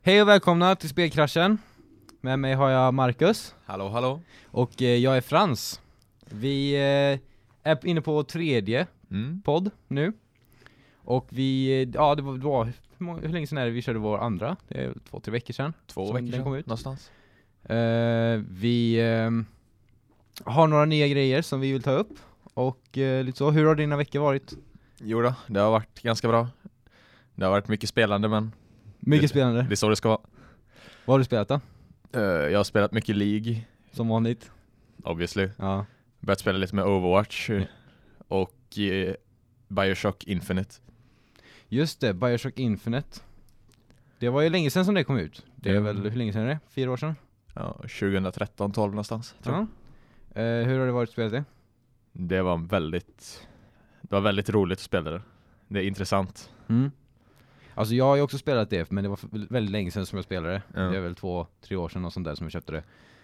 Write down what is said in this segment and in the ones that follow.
Hej och välkomna till Spelkraschen. Med mig har jag Marcus. Hallå, hallå. Och jag är Frans. Vi är inne på vår tredje podd nu. Och det var hur länge sedan är det vi körde vår andra? Det är 2-3 veckor sedan. 2 veckor sedan, kom ut. någonstans. Vi har några nya grejer som vi vill ta upp. Och lite så, hur har dina veckor varit? Jo då, det har varit ganska bra. Det har varit mycket spelande, men Mycket spelande. det är så det ska vara. Vad har du spelat då? Jag har spelat mycket League, Som vanligt. obviously. Ja. Börjat spela lite med Overwatch och BioShock Infinite. Just det, BioShock Infinite. Det var ju länge sedan som det kom ut. Det är väl, hur länge sedan är det? 4 år sedan? Ja, 2013-12 någonstans, tror jag. Hur har det varit att spela det? Det var väldigt roligt att spela det. Det är intressant. Alltså jag har ju också spelat det, men det var väldigt länge sedan som jag spelade det. Ja. Det är väl 2-3 år sedan och sånt där som jag köpte det.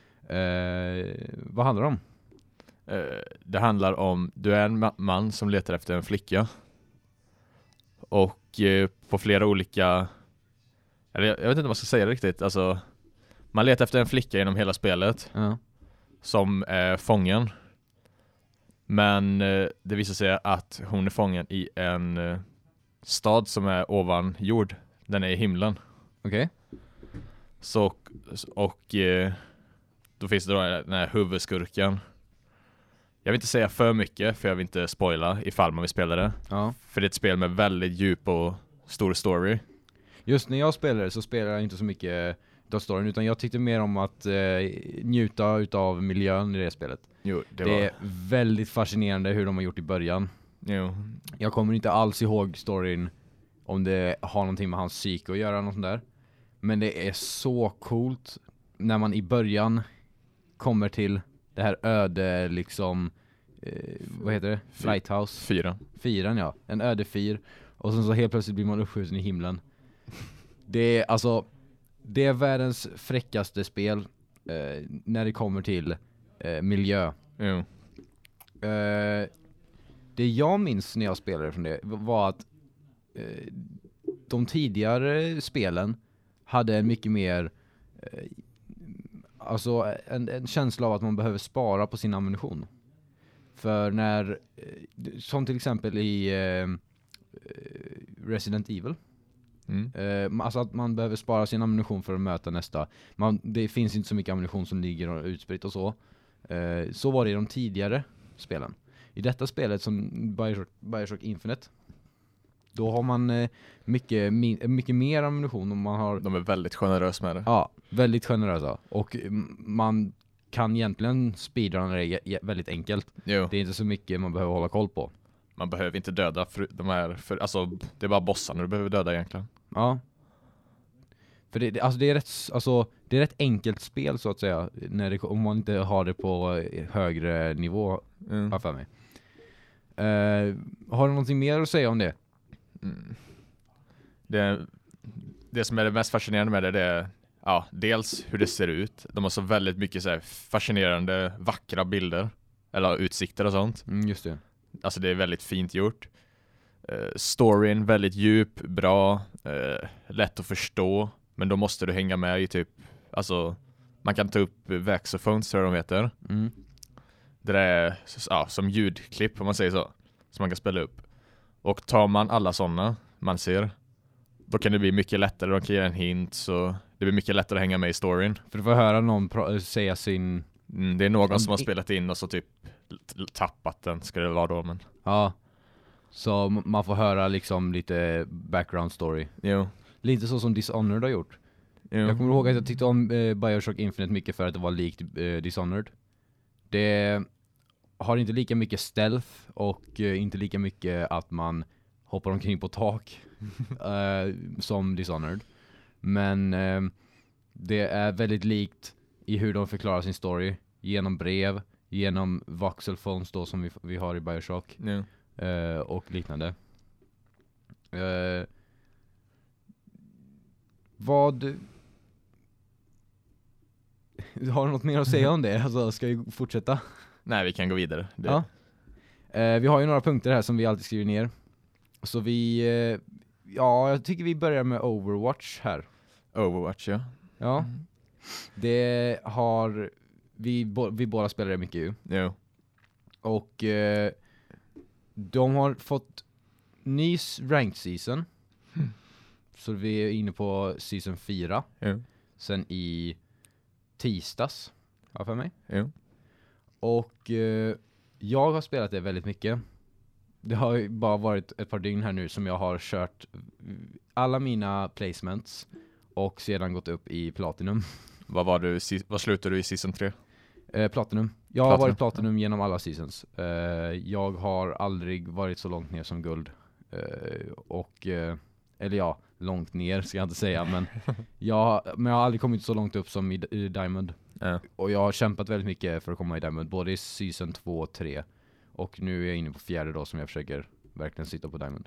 Vad handlar det om? Det handlar om, du är en man som letar efter en flicka. Och på flera olika, eller jag vet inte vad jag ska säga riktigt. Alltså, man letar efter en flicka genom hela spelet som är fången. Men det visar sig att hon är fången i en stad som är ovan jord. Den är i himlen. Okej. Så, och då finns det då den här huvudskurken. Jag vill inte säga för mycket, för jag vill inte spoila ifall man vill spela det. Ja. För det är ett spel med väldigt djup och stor story. Just när jag spelade så spelade jag inte så mycket av storyn, utan jag tyckte mer om att njuta utav miljön i det spelet. Jo, Det är väldigt fascinerande hur de har gjort i början. Jo. Jag kommer inte alls ihåg storyn om det har någonting med hans psyke att göra, något sånt där. Men det är så coolt när man i början kommer till det här öde liksom vad heter det? Lighthouse. 4:an, ja. En öde fyr. Och sen så helt plötsligt blir man uppskjuten i himlen. Det är världens fräckaste spel när det kommer till miljö. Jo. Det jag minns när jag spelade från det var att de tidigare spelen hade en mycket mer alltså en känsla av att man behöver spara på sin ammunition. För när, som till exempel i Resident Evil, alltså att man behöver spara sin ammunition för att möta nästa. Det finns inte så mycket ammunition som ligger utspritt och så. Så var det i de tidigare spelen. I detta spelet som BioShock Infinite, då har man mycket mer ammunition och man har... De är väldigt generösa med det. Ja, väldigt generösa. Och man kan egentligen speedrunna det väldigt enkelt. Jo. Det är inte så mycket man behöver hålla koll på. Man behöver inte döda alltså det är bara bossarna du behöver döda egentligen. Ja. För det är rätt enkelt spel så att säga om man inte har det på högre nivå för mig. Har du någonting mer att säga om det? Det som är det mest fascinerande med det är dels hur det ser ut. De har så väldigt mycket så här fascinerande, vackra bilder eller utsikter och sånt. Just det. Alltså det är väldigt fint gjort. Storyn väldigt djup, bra, lätt att förstå. Men då måste du hänga med i typ, alltså man kan ta upp Vaxophones, tror jag de heter. Det är som ljudklipp, om man säger så, som man kan spela upp. Och tar man alla sådana man ser, då kan det bli mycket lättare. De kan ge en hint, så det blir mycket lättare att hänga med i storyn. För du får höra någon säga sin... Det är någon som har spelat in och så typ tappat den, ska det vara då. Men... Ja, så man får höra liksom lite background story. Jo. Lite så som Dishonored har gjort. Jo. Jag kommer ihåg att jag tyckte om BioShock Infinite mycket för att det var likt Dishonored. Det har inte lika mycket stealth och inte lika mycket att man hoppar omkring på tak som Dishonored. Men det är väldigt likt i hur de förklarar sin story genom brev, genom voxelphones då som vi har i BioShock och liknande. Har du något mer att säga om det? Alltså, ska vi fortsätta? Nej, vi kan gå vidare. Ja. Vi har ju några punkter här som vi alltid skriver ner. Så jag tycker vi börjar med Overwatch här. Overwatch, ja. Ja. Det har vi båda spelar det mycket ju. Jo. Och de har fått ny ranked season. Så vi är inne på season 4. Jo. Sen i tisdags, för mig. Jo. Och jag har spelat det väldigt mycket. Det har ju bara varit ett par dygn här nu som jag har kört alla mina placements och sedan gått upp i Platinum. Vad slutade du i season 3? Platinum. Jag har varit Platinum genom alla seasons. Jag har aldrig varit så långt ner som guld. Eller ja, långt ner ska jag inte säga, men jag har aldrig kommit så långt upp som i Diamond. Och jag har kämpat väldigt mycket för att komma i Diamond, både i season 2 och 3. Och nu är jag inne på 4:e då som jag försöker verkligen sitta på Diamond.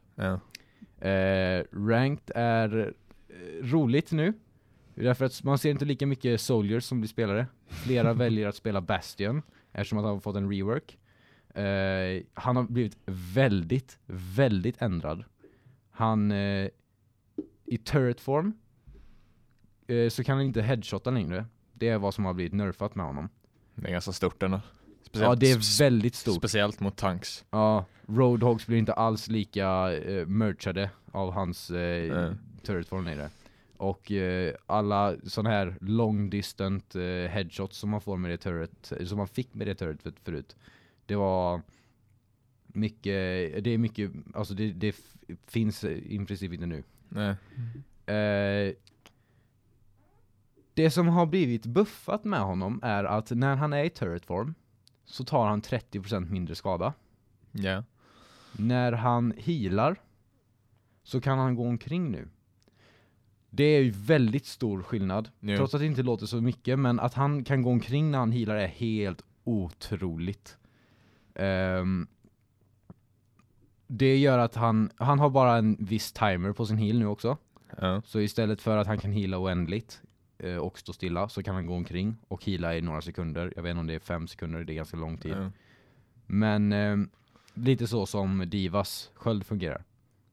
Ranked är roligt nu. Därför att man ser inte lika mycket Soldiers som blir spelare. Flera väljer att spela Bastion eftersom att han har fått en rework. Han har blivit väldigt, väldigt ändrad. Han i turret form så kan han inte headshotta längre. Det är vad som har blivit nerfat med honom. Det är ganska stort ändå. Ja, det är väldigt stort. Speciellt mot tanks. Ja, Roadhogs blir inte alls lika merchade av hans turret form längre. Och alla sån här long distant headshots som man får med det turret, som man fick med det turret förut. Det var mycket, det är mycket, alltså det finns i princip inte nu. Nej. Det som har blivit buffat med honom är att när han är i turret form så tar han 30% mindre skada. Ja. Yeah. När han healar så kan han gå omkring nu. Det är ju väldigt stor skillnad. Yeah. Trots att det inte låter så mycket, men att han kan gå omkring när han healar är helt otroligt. Det gör att han har bara en viss timer på sin heal nu också. Så istället för att han kan heala oändligt och stå stilla så kan han gå omkring och heala i några sekunder. Jag vet inte om det är 5 sekunder, det är ganska lång tid. Men lite så som Divas sköld fungerar.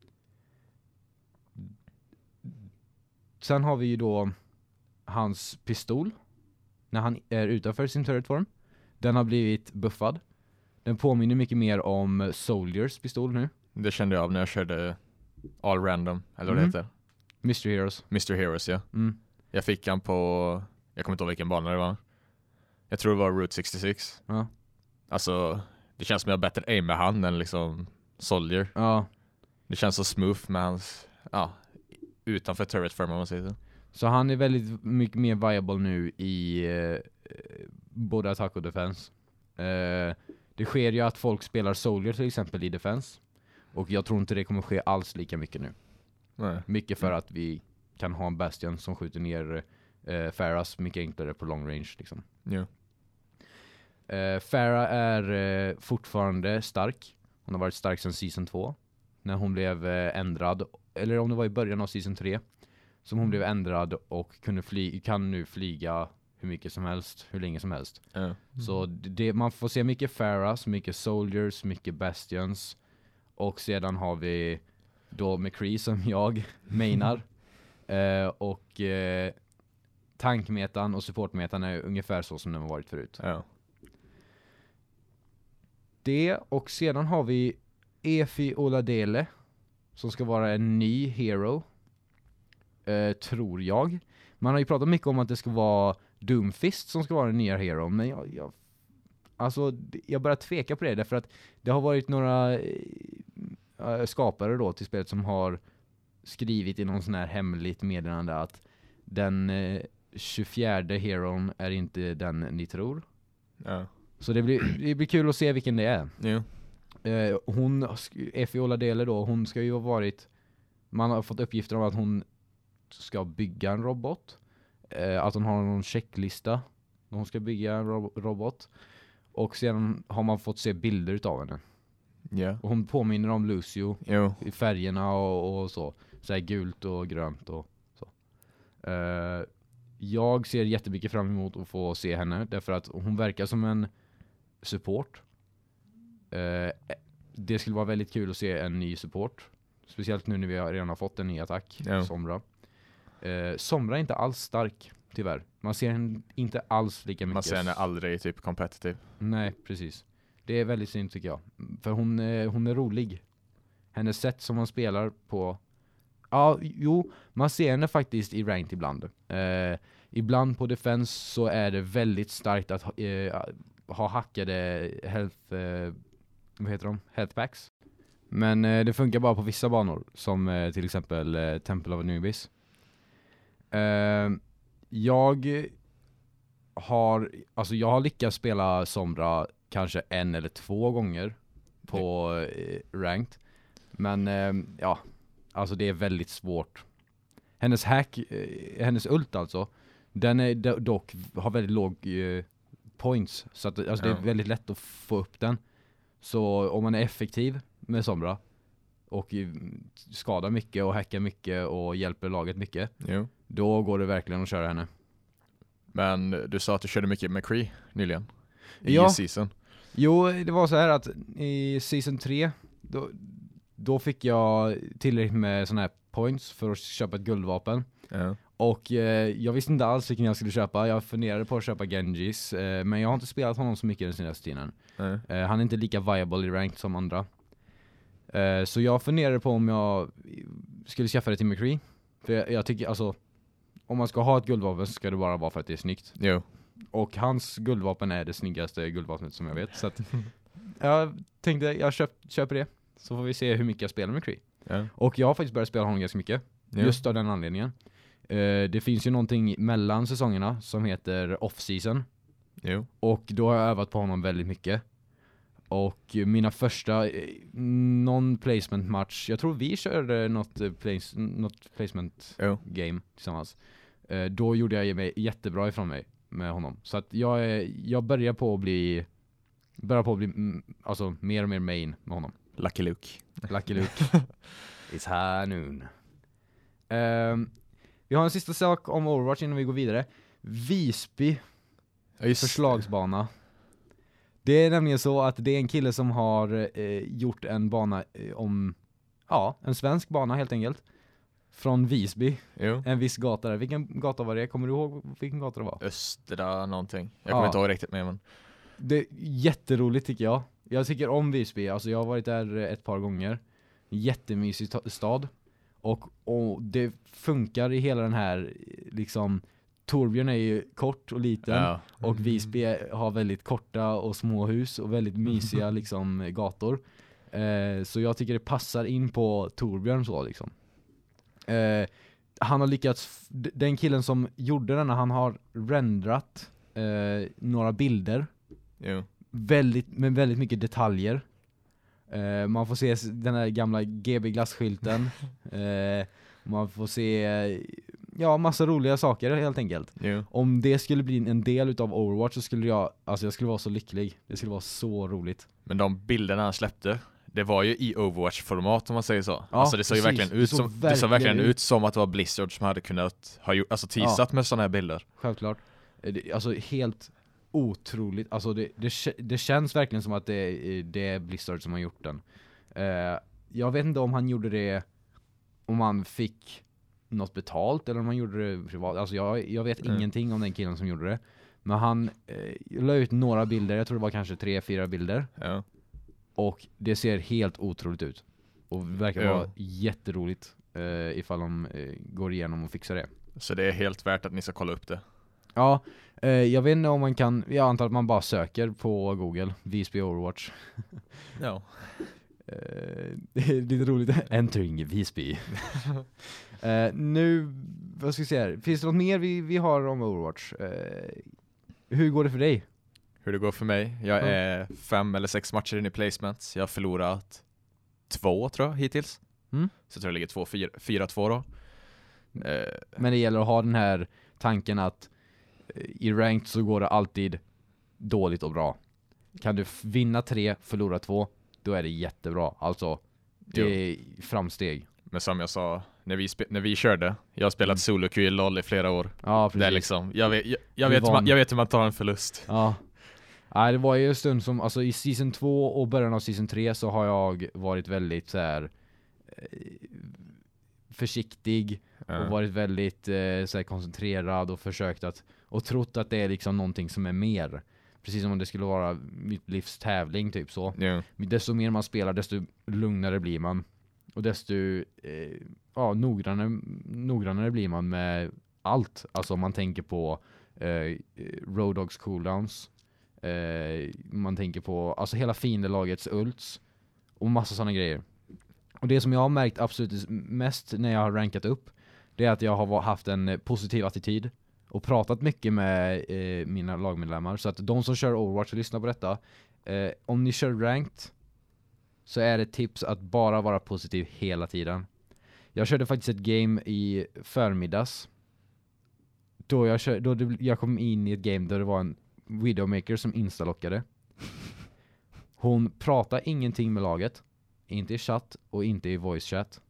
Sen har vi ju då hans pistol när han är utanför sin turret form. Den har blivit buffad. Den påminner mycket mer om Soldiers pistol nu. Det kände jag av när jag körde All Random, eller vad det heter. Mystery Heroes. Mystery Heroes, ja. Jag fick han på, jag kommer inte ihåg vilken bana det var. Jag tror det var Route 66. Ja. Alltså, det känns som jag har bättre aim med han än liksom Soldier. Ja. Det känns så smooth med hans, utanför turret form om man säger så. Så han är väldigt mycket mer viable nu i både attack och defense. Det sker ju att folk spelar Soldier till exempel i defense. Och jag tror inte det kommer ske alls lika mycket nu. Nej. Mycket för att vi kan ha en Bastion som skjuter ner Pharahs mycket enklare på long range liksom. Ja. Pharah är fortfarande stark. Hon har varit stark sedan season 2. När hon blev ändrad. Eller om det var i början av season 3. Som hon blev ändrad och kan nu flyga hur mycket som helst, hur länge som helst. Så man får se mycket Pharahs, mycket Soldiers, mycket Bastions. Och sedan har vi då McCree som jag mainar. Och tankmetan och supportmetan är ungefär så som den har varit förut. Ja. Det, och sedan har vi Efi Oladele som ska vara en ny hero. Tror jag. Man har ju pratat mycket om att det ska vara Doomfist som ska vara den nya hero, men jag börjar tveka på det därför att det har varit några skapare då till spelet som har skrivit i någon sån här hemligt meddelande att den 24:e heron är inte den ni tror. Ja. Så det blir kul att se vilken det är. Ja. Efi Oladele då, hon ska ju ha varit, man har fått uppgifter om att hon ska bygga en robot. Att hon har någon checklista när hon ska bygga en robot. Och sedan har man fått se bilder utav henne. Yeah. Och hon påminner om Lucio i färgerna och så. Så här gult och grönt och så. Jag ser jättemycket fram emot att få se henne. Därför att hon verkar som en support. Det skulle vara väldigt kul att se en ny support. Speciellt nu när vi redan har fått en ny attack. Sombra. Somra är inte alls stark, tyvärr. Man ser henne inte alls lika mycket. Man ser henne aldrig typ competitive. Nej, precis. Det är väldigt synd tycker jag. För hon är rolig. Hennes sätt som hon spelar på... Ja, jo, man ser henne faktiskt i ranked ibland. Ibland på defense så är det väldigt starkt att ha hackade health packs. Men det funkar bara på vissa banor, som till exempel Temple of Anubis. Jag har lyckats spela Sombra kanske 1 eller 2 gånger på ranked. Men alltså det är väldigt svårt. Hennes hennes ult alltså, den är dock har väldigt låg points, så att alltså det är väldigt lätt att få upp den. Så om man är effektiv med Sombra och skadar mycket och hackar mycket och hjälper laget mycket, då går det verkligen att köra henne. Men du sa att du körde mycket McCree nyligen i season. Jo, det var så här att i season 3 då fick jag tillräckligt med såna här points för att köpa ett guldvapen. Och jag visste inte alls vilken jag skulle köpa. Jag funderade på att köpa Genjis, men jag har inte spelat honom så mycket den senaste tiden. Han är inte lika viable i ranked som andra. Så jag funderade på om jag skulle skaffa det till McCree. För jag tycker, alltså, om man ska ha ett guldvapen så ska det bara vara för att det är snyggt. Jo. Och hans guldvapen är det snyggaste guldvapnet som jag vet. Så att jag tänkte, jag köper det. Så får vi se hur mycket jag spelar McCree. Och jag har faktiskt börjat spela honom ganska mycket. Just av den anledningen. Det finns ju någonting mellan säsongerna som heter off-season. Och då har jag övat på honom väldigt mycket. Och mina första non-placement match, jag tror vi körde något placement game tillsammans. Då gjorde jag mig jättebra ifrån mig med honom. Så att jag börjar på att bli alltså mer och mer main med honom. Lucky Luke. It's high noon. Vi har en sista sak om Overwatch innan vi går vidare. Visby förslagsbana. Det är nämligen så att det är en kille som har gjort en bana en svensk bana helt enkelt. Från Visby. En viss gata där. Vilken gata var det? Kommer du ihåg vilken gata det var? Östra någonting. Jag kommer inte ihåg riktigt med, men det är jätteroligt tycker jag. Jag tycker om Visby. Alltså jag har varit där ett par gånger. Jättemysig stad. Och det funkar i hela den här liksom, Torbjörn är ju kort och liten och Visby har väldigt korta och små hus och väldigt mysiga liksom gator. Så jag tycker det passar in på Torbjörn så liksom. Han har lyckats, den killen som gjorde denna, han har renderat några bilder med väldigt mycket detaljer. Man får se den här gamla GB-glassskylten. Man får se massa roliga saker helt enkelt. Om det skulle bli en del utav Overwatch så skulle jag skulle vara så lycklig. Det skulle vara så roligt. Men de bilderna han släppte, det var ju i Overwatch-format om man säger så. Alltså det såg ju verkligen ut som ut som att det var Blizzard som hade kunnat ha gjort, alltså teasat med såna här bilder. Självklart. Alltså helt otroligt. Alltså det känns verkligen som att det är Blizzard som har gjort den. Jag vet inte om han gjorde det, om han fick något betalt eller om han gjorde det privat. Alltså jag vet ingenting om den killen som gjorde det. Men han la ut några bilder, jag tror det var kanske 3-4 bilder. Och det ser helt otroligt ut. Och verkar vara jätteroligt ifall de går igenom och fixar det. Så det är helt värt att ni ska kolla upp det. Ja, jag vet inte om man kan, jag antar att man bara söker på Google Visby Overwatch. Det är lite roligt. Entering Visby. Nu, vad ska jag säga? Finns det något mer vi har om Overwatch? Hur går det för dig? Hur det går för mig? Jag är 5 eller 6 matcher in i placements. Jag har förlorat 2 tror jag hittills. Så jag tror det ligger 4-2 då. Men det gäller att ha den här tanken att i ranked så går det alltid dåligt och bra. Kan du vinna 3, förlora 2, då är det jättebra. Alltså, det är framsteg. Men som jag sa, när vi körde, jag har spelat solo queue i LoL i flera år. Ja, precis. Det är liksom, jag vet hur man tar en förlust. Ja. Nej, det var ju en stund som, alltså i season 2 och början av season 3 så har jag varit väldigt så här försiktig och varit väldigt så här koncentrerad och försökt att och trott att det är liksom någonting som är mer. Precis som om det skulle vara mitt livs tävling typ så. Yeah. Desto mer man spelar, desto lugnare blir man. Och desto noggrannare blir man med allt. Alltså man tänker på Road Dogs cooldowns. Man tänker på alltså hela fiendelagets ults. Och massa sådana grejer. Och det som jag har märkt absolut mest när jag har rankat upp, det är att jag har haft en positiv attityd. Och pratat mycket med mina lagmedlemmar. Så att de som kör Overwatch och lyssnar på detta, om ni kör ranked så är det tips att bara vara positiv hela tiden. Jag körde faktiskt ett game i förmiddags. Då jag kom in i ett game där det var en Widowmaker som instalockade. Hon pratade ingenting med laget. Inte i chatt och inte i voice chat.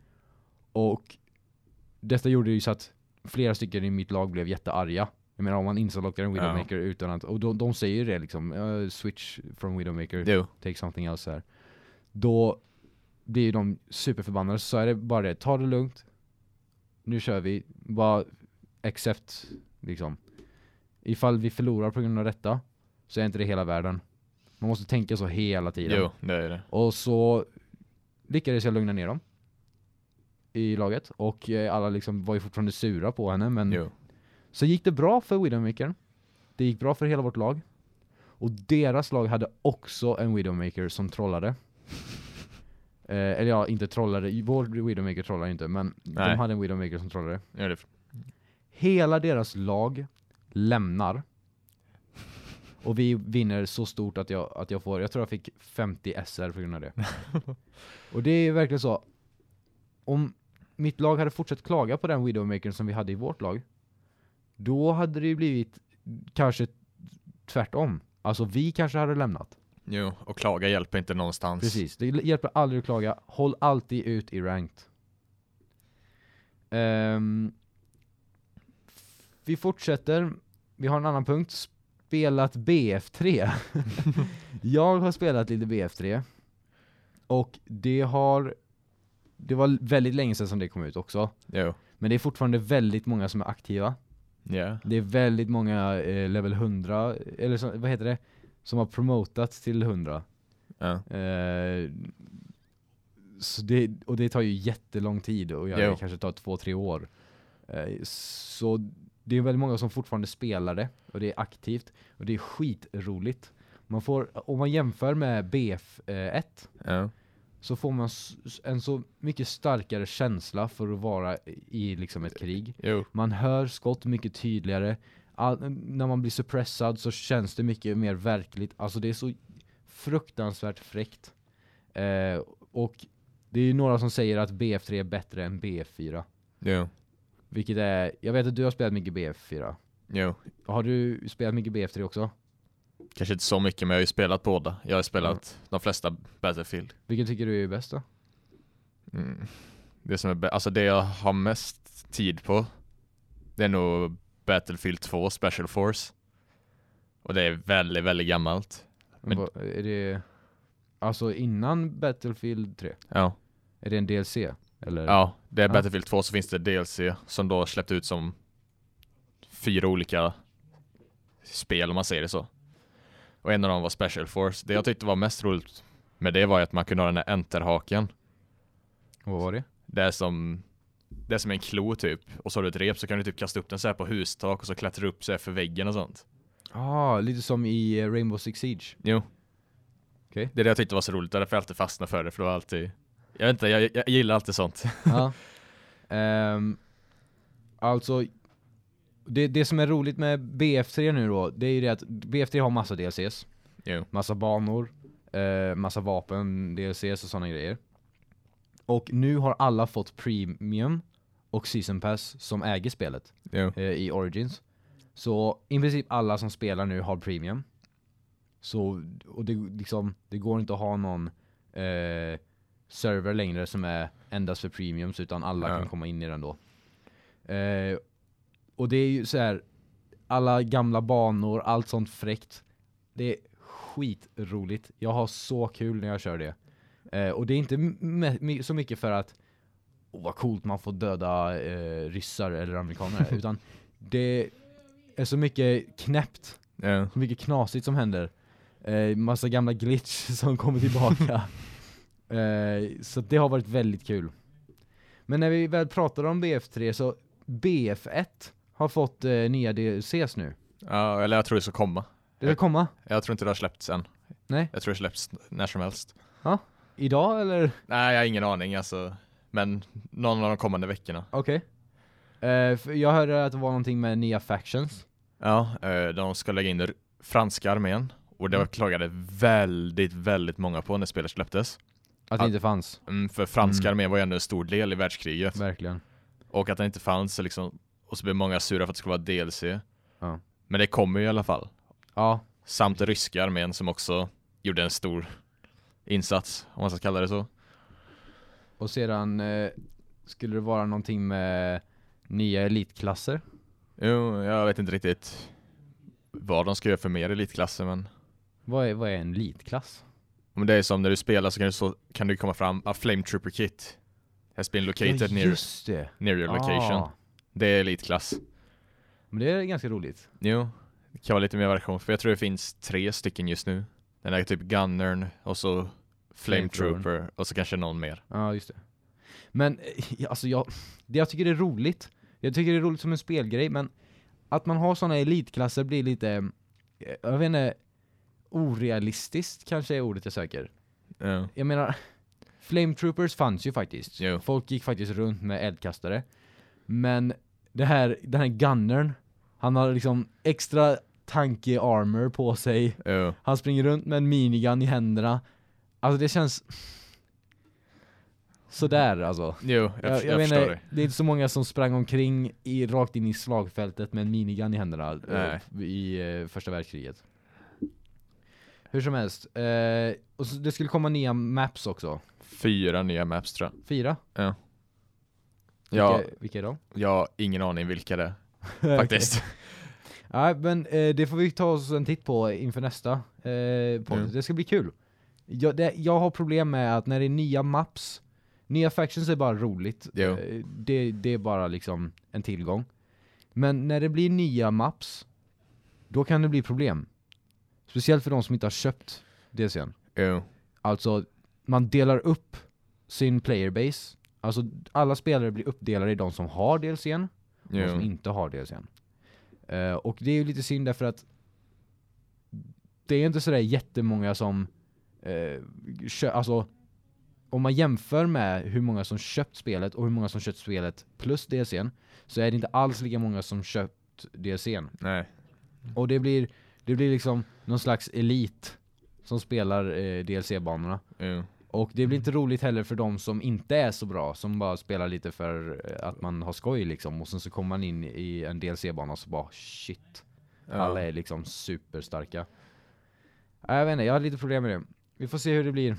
Och detta gjorde ju så att flera stycken i mitt lag blev jättearga. Jag menar om man instalockar en Widowmaker utan att... Och de säger ju det liksom. Switch from Widowmaker. Take something else här. Då blir ju de superförbannade. Så är det bara det. Ta det lugnt. Nu kör vi. Bara accept liksom. Ifall vi förlorar på grund av detta så är inte det hela världen. Man måste tänka så hela tiden. Jo, det är det. Och så lyckades jag lugna ner dem i laget. Och alla liksom var ju fortfarande sura på henne. Men så gick det bra för Widowmaker. Det gick bra för hela vårt lag. Och deras lag hade också en Widowmaker som trollade. Eller ja, inte trollade. Vår Widowmaker trollade inte. Men de hade en Widowmaker som trollade. Ja, Hela deras lag lämnar. Och vi vinner så stort att jag får... Jag tror jag fick 50 SR på grund av det. Och det är verkligen så. Om mitt lag hade fortsatt klaga på den Widowmaker som vi hade i vårt lag, då hade det ju blivit kanske tvärtom. Alltså vi kanske hade lämnat. Jo, och klaga hjälper inte någonstans. Precis, det hjälper aldrig att klaga. Håll alltid ut i ranked. Vi fortsätter. Vi har en annan punkt. Spelat BF3. Jag har spelat lite BF3. Och det var väldigt länge sedan som det kom ut också. Jo. Men det är fortfarande väldigt många som är aktiva. Yeah. Det är väldigt många level 100, eller så, vad heter det? Som har promotat till 100. Så det tar ju jättelång tid och jag kanske tar 2-3 år. Så det är väldigt många som fortfarande spelar det och det är aktivt och det är skitroligt. Om man jämför med BF1 så får man en så mycket starkare känsla för att vara i liksom ett krig. Man hör skott mycket tydligare. När man blir suppressad så känns det mycket mer verkligt. Alltså det är så fruktansvärt fräckt. Och det är ju några som säger att BF3 är bättre än BF4. Jo. Vilket är... Jag vet att du har spelat mycket BF4. Jo. Har du spelat mycket BF3 också? Kanske inte så mycket, men jag har ju spelat båda. Jag har spelat de flesta Battlefield. Vilken tycker du är bäst då? Det som är alltså det jag har mest tid på, det är nog Battlefield 2 Special Force. Och det är väldigt, väldigt gammalt. Men är det alltså innan Battlefield 3? Ja. Är det en DLC? Eller? Ja, det är Battlefield 2, så finns det DLC som då släppt ut som 4 olika spel om man säger det så. Och en av dem var Special Force. Det jag tyckte var mest roligt med det var att man kunde ha den här enterhaken. Vad var det? Det är som en klo typ. Och så har du ett rep så kan du typ kasta upp den så här på hustak och så klättrar upp så här för väggen och sånt. Lite som i Rainbow Six Siege. Jo. Okay. Det är det jag tyckte var så roligt. Därför jag alltid fastnade för det. För det var alltid... Jag vet inte, jag gillar alltid sånt. Ja. Alltså... Det som är roligt med BF3 nu då, det är ju det att BF3 har massa DLCs. Jo. Massa banor, massa vapen, DLCs och sådana grejer. Och nu har alla fått Premium och Season Pass som äger spelet i Origins. Så i princip alla som spelar nu har Premium. Så, och det går inte att ha någon server längre som är endast för Premiums, utan alla kan komma in i den då. Och det är ju så här, alla gamla banor, allt sånt fräckt. Det är skitroligt. Jag har så kul när jag kör det. Och det är inte så mycket för att vad coolt man får döda ryssar eller amerikaner. Utan det är så mycket knäppt. Ja. Så mycket knasigt som händer. Massa gamla glitch som kommer tillbaka. Så det har varit väldigt kul. Men när vi väl pratar om BF3 så BF1 har fått nya DLCs nu. Ja, eller jag tror det ska komma. Det ska komma? Jag tror inte det har släppts än. Nej. Jag tror det släpps när som helst. Ja, idag eller? Nej, jag har ingen aning alltså. Men någon av de kommande veckorna. Okej. Jag hörde att det var någonting med nya factions. Ja, de ska lägga in franska armén. Och det klagade väldigt, väldigt många på när spelet släpptes. Att det inte fanns. För franska armén var ju ändå en stor del i världskriget. Verkligen. Och att det inte fanns liksom, och så blev många sura för att det skulle vara DLC. Ja. Men det kommer ju i alla fall. Ja. Samt ryska armén som också gjorde en stor insats, om man ska kalla det så. Och sedan skulle det vara någonting med nya elitklasser. Jo, jag vet inte riktigt vad de ska göra för mer elitklasser, men Vad är en elitklass? om det är som när du spelar så kan du komma fram a Flame Trooper Kit has been located near your location. Det är elitklass. Men det är ganska roligt. Jo, det kan vara lite mer variation, för jag tror det finns 3 stycken just nu. Den är typ Gunnern och så Flame Trooper och så kanske någon mer. Ja, just det. Men alltså jag tycker det är roligt. Jag tycker det är roligt som en spelgrej, men att man har såna elitklasser blir lite, jag vet inte, orealistiskt kanske är ordet jag söker. Ja. Jag menar, Flame Troopers fanns ju faktiskt. Jo. Folk gick faktiskt runt med eldkastare. Men den här Gunnern, han har liksom extra tanky armor på sig. Jo. Han springer runt med en minigun i händerna. Alltså det känns sådär alltså. Jo, jag förstår det. Det är inte så många som sprang omkring rakt in i slagfältet med en minigun i händerna i första världskriget. Hur som helst. Och så det skulle komma nya maps också. 4 nya maps tror jag. 4? Ja. Vilka är de? Jag har ingen aning vilka det är, faktiskt. Ja, men det får vi ta oss en titt på inför nästa podd. Det ska bli kul. Jag har problem med att när det är nya maps, nya factions är bara roligt. Det är bara liksom en tillgång. Men när det blir nya maps, då kan det bli problem. Speciellt för de som inte har köpt DLCn. Alltså, man delar upp sin playerbase. Alltså, alla spelare blir uppdelade i de som har DLCn och de som inte har DLCn. Och det är ju lite synd därför att det är inte sådär jättemånga som alltså, om man jämför med hur många som köpt spelet och hur många som köpt spelet plus DLCn, så är det inte alls lika många som köpt DLCn. Nej. Och det blir liksom någon slags elit som spelar DLC-banorna. Och det blir inte roligt heller för de som inte är så bra, som bara spelar lite för att man har skoj liksom. Och sen så kommer man in i en DLC-bana och så bara shit. Alla är liksom superstarka. Jag vet inte, jag har lite problem med det. Vi får se hur det blir.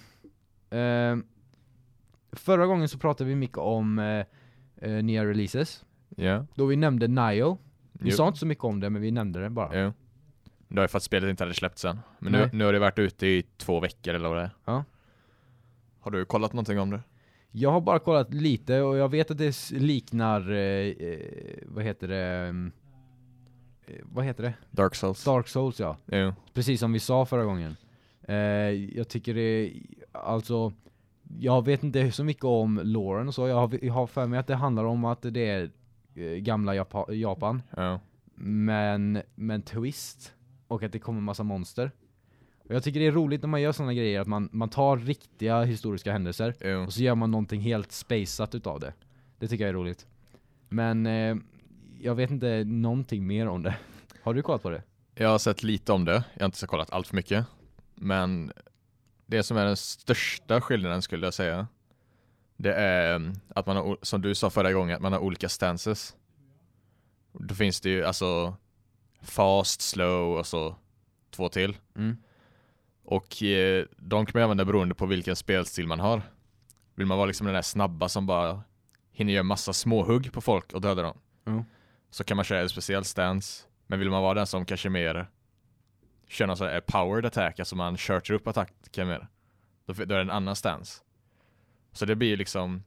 Förra gången så pratade vi mycket om nya releases. Då vi nämnde Nio. Vi sa inte så mycket om det, men vi nämnde det bara. Det har ju för att spelet inte hade släppts än. Men nu har det varit ute i 2 veckor eller vad det är. Ja. Har du kollat någonting om det? Jag har bara kollat lite och jag vet att det liknar vad heter det? Dark Souls. Dark Souls, ja. Precis som vi sa förra gången. Jag tycker det, alltså, jag vet inte så mycket om loren och så. Jag har för mig att det handlar om att det är gamla Japan. Men twist och att det kommer massa monster. Och jag tycker det är roligt när man gör sådana grejer, att man tar riktiga historiska händelser och så gör man någonting helt spaceat utav det. Det tycker jag är roligt. Men jag vet inte någonting mer om det. Har du kollat på det? Jag har sett lite om det. Jag har inte så kollat allt för mycket. Men det som är den största skillnaden skulle jag säga, det är att man har, som du sa förra gången, att man har olika stances. Då finns det ju alltså fast, slow och så 2 till. Och de kan man använda beroende på vilken spelstil man har. Vill man vara liksom den där snabba som bara hinner göra massa småhugg på folk och döda dem, så kan man köra en speciell stance. Men vill man vara den som kanske mer kör någon sån här powered attack, alltså man kör upp attacken mer, då är det en annan stance. Så det blir liksom,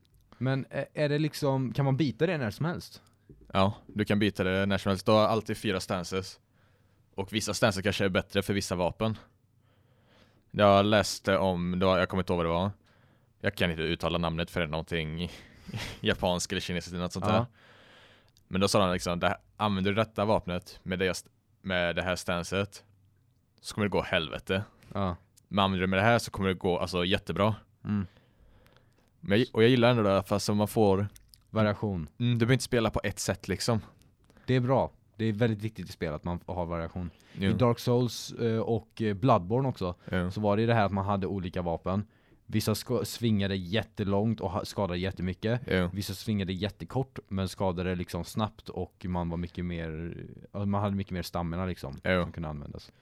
Men är det liksom, kan man byta det när som helst? Ja, du kan byta det när som helst. Du har alltid 4 stances. Och vissa stances kanske är bättre för vissa vapen. Jag läste om, jag kommer inte ihåg vad det var. Jag kan inte uttala namnet för det är någonting japanskt eller kinesiskt eller något sånt där. Men då sa de liksom, använder du detta vapnet med det här stanset så kommer det gå helvete. Ja. Men använder du med det här så kommer det gå alltså jättebra. Mm. Och jag gillar ändå det, fast man får variation. Du behöver inte spela på ett sätt liksom. Det är bra. Det är väldigt viktigt i spel att man har variation. Jo. I Dark Souls och Bloodborne också så var det här att man hade olika vapen. Vissa svingade jättelångt och skadade jättemycket. Vissa svingade jättekort men skadade liksom snabbt och man var mycket mer, man hade mycket mer stamina liksom som kunde användas.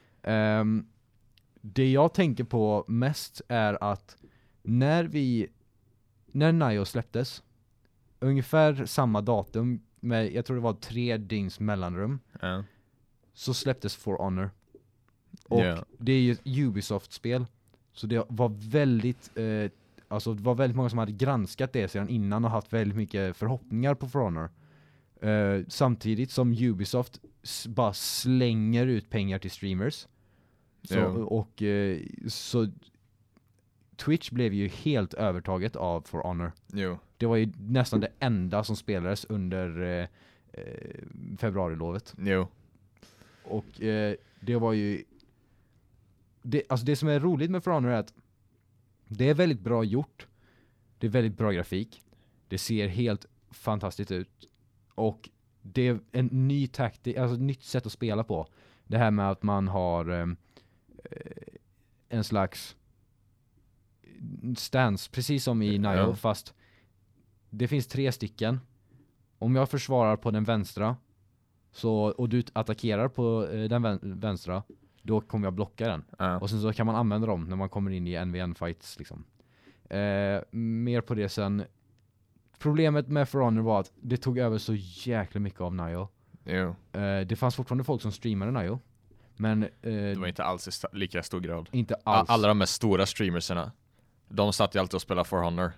Det jag tänker på mest är att när Nioh släpptes ungefär samma datum med, jag tror det var 3 dygns mellanrum så släpptes For Honor. Och det är ju ett Ubisoft-spel. Så det var väldigt alltså det var väldigt många som hade granskat det sedan innan och haft väldigt mycket förhoppningar på For Honor. Samtidigt som Ubisoft bara slänger ut pengar till streamers. Så Twitch blev ju helt övertaget av For Honor. Det var ju nästan det enda som spelades under februarilovet. Och det var ju det som är roligt med For Honor är att det är väldigt bra gjort. Det är väldigt bra grafik. Det ser helt fantastiskt ut. Och det är en ny taktik, alltså ett nytt sätt att spela på. Det här med att man har en slags stance, precis som i Nioh, fast det finns 3 stycken. Om jag försvarar på den vänstra och du attackerar på den vänstra, då kommer jag blocka den. Och sen så kan man använda dem när man kommer in i NVN-fights liksom. Mer på det sen. Problemet med For Honor var att det tog över så jäkla mycket av Nioh. Det fanns fortfarande folk som streamade Nioh. Men det var inte alls i lika stor grad. Inte alls. Alla de mest stora streamersarna, de satt ju alltid och spelade For Honor.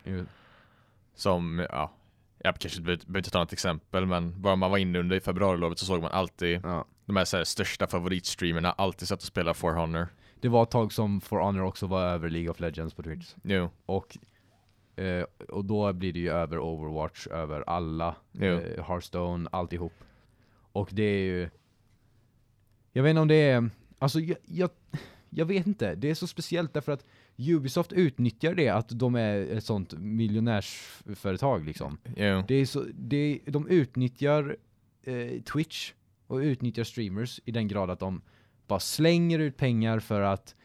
Som, jag kanske behöver inte ta ett exempel, men bara man var inne under i februarilovet så såg man alltid de här, största favoritstreamerna alltid satt och spelade For Honor. Det var ett tag som For Honor också var över League of Legends på Twitch. Och då blir det ju över Overwatch, över alla Hearthstone, alltihop. Och det är ju, jag vet inte om det är, alltså jag vet inte, det är så speciellt därför att Ubisoft utnyttjar det att de är ett sånt miljonärsföretag liksom. Det är så, de utnyttjar Twitch och utnyttjar streamers i den grad att de bara slänger ut pengar för att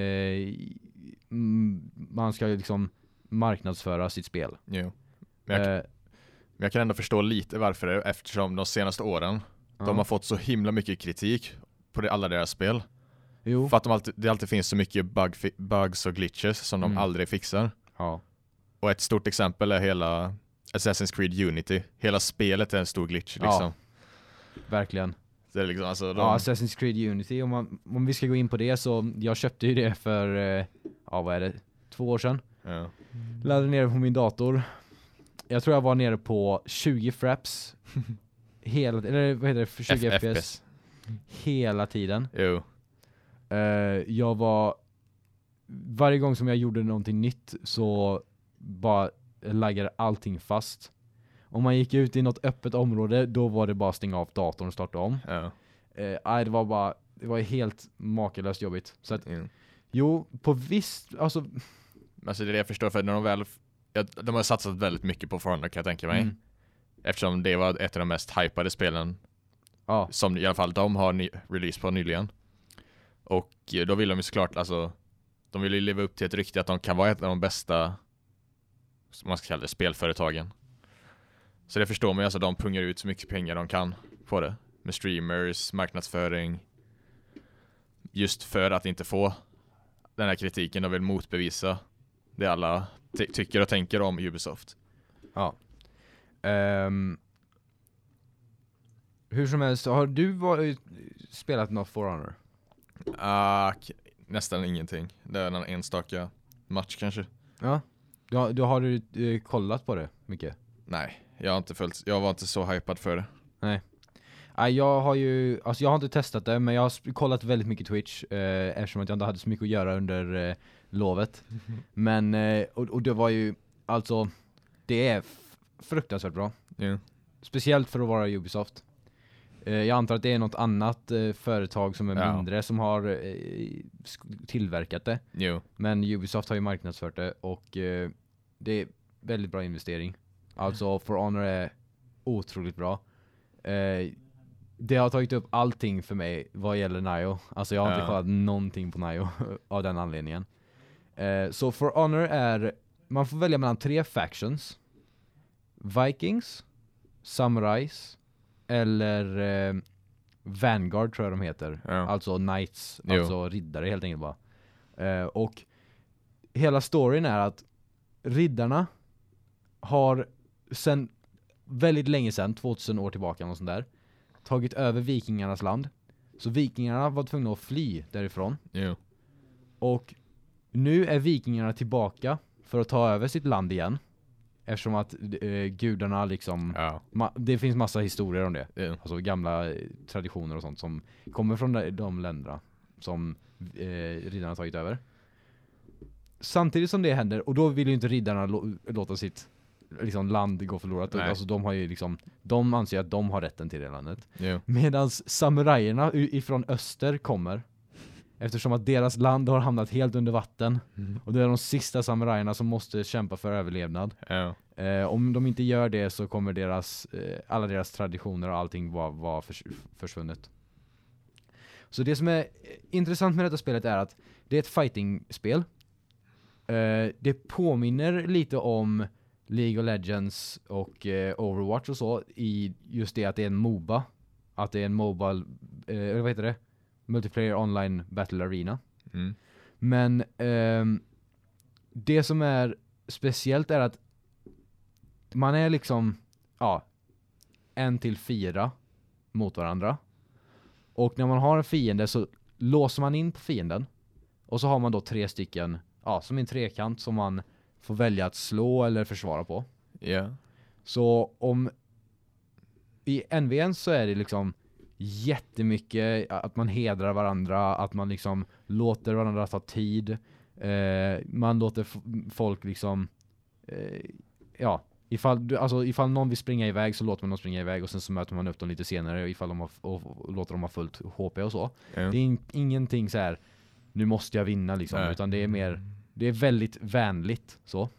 man ska liksom marknadsföra sitt spel. Men jag kan ändå förstå lite varför det, eftersom de senaste åren de har fått så himla mycket kritik på alla deras spel. För att det alltid finns så mycket bugs och glitches som de aldrig fixar. Och ett stort exempel är hela Assassin's Creed Unity. Hela spelet är en stor glitch liksom. Verkligen. Det är liksom, alltså, Assassin's Creed Unity, om vi ska gå in på det, så jag köpte ju det för vad är det? 2 år sedan. Laddade ner det på min dator. Jag tror jag var nere på 20 fraps eller vad heter det? 20 FPS hela tiden. Jag var, varje gång som jag gjorde någonting nytt så bara laggade allting fast. Om man gick ut i något öppet område, då var det bara att stänga av datorn och starta om. Det var helt makalöst jobbigt. Så att, på visst, alltså det är det jag förstår, för när de har satsat väldigt mycket på For Honor, kan jag tänka mig. Eftersom det var ett av de mest hypade spelen som i alla fall de har release på nyligen. Och då vill de ju såklart, alltså de vill ju leva upp till ett rykte att de kan vara ett av de bästa, som man ska kalla det, spelföretagen. Så det förstår man ju, alltså de pungar ut så mycket pengar de kan på det. Med streamers, marknadsföring. Just för att inte få den här kritiken, de vill motbevisa det alla tycker och tänker om Ubisoft. Hur som helst, har du spelat något For Honor? Nästan ingenting. Det är en enstaka match kanske. Har du kollat på det mycket? Nej, jag var inte så hypad för det. Nej. Jag har inte testat det, men jag har kollat väldigt mycket Twitch eftersom att jag inte hade så mycket att göra under lovet. Men och det var ju alltså det är fruktansvärt bra. Yeah. Speciellt för att vara Ubisoft. Jag antar att det är något annat företag som är mindre som har tillverkat det. Jo. Men Ubisoft har ju marknadsfört det och det är väldigt bra investering. Alltså For Honor är otroligt bra. Det har tagit upp allting för mig vad gäller Nio. Alltså jag har inte kollat någonting på Nio av den anledningen. Så For Honor är, man får välja mellan 3 factions. Vikings, Samurais eller Vanguard tror jag de heter. Alltså Knights, alltså riddare helt enkelt bara. Och hela storyn är att riddarna har sen väldigt länge sedan, 2000 år tillbaka och sånt där, tagit över vikingarnas land. Så vikingarna var tvungna att fly därifrån. Och nu är vikingarna tillbaka för att ta över sitt land igen. Eftersom att gudarna liksom... det finns massa historier om det. Alltså gamla traditioner och sånt som kommer från de länderna som riddarna tagit över. Samtidigt som det händer, och då vill ju inte riddarna låta sitt liksom, land gå förlorat. Alltså de har ju liksom... De anser att de har rätten till det landet. Medan samurajerna ifrån öster kommer. Eftersom att deras land har hamnat helt under vatten. Och det är de sista samurajerna som måste kämpa för överlevnad. Om de inte gör det så kommer alla deras traditioner och allting vara försvunnet. Så det som är intressant med detta spelet är att det är ett fighting-spel. Det påminner lite om League of Legends och Overwatch och så i just det att det är en MOBA. Att det är en mobile... vad heter det? Multiplayer Online Battle Arena. Men det som är speciellt är att man är liksom 1-4 mot varandra. Och när man har en fiende så låser man in på fienden. Och så har man då 3 stycken, som en trekant som man får välja att slå eller försvara på. Så i NVN så är det liksom jättemycket att man hedrar varandra, att man liksom låter varandra ta tid. Man låter folk liksom ifall någon vill springa iväg så låter man dem springa iväg och sen så möter man upp dem lite senare ifall de låter dem ha fullt HP och så. Det är ingenting så här nu måste jag vinna liksom, utan det är mer, det är väldigt vänligt så.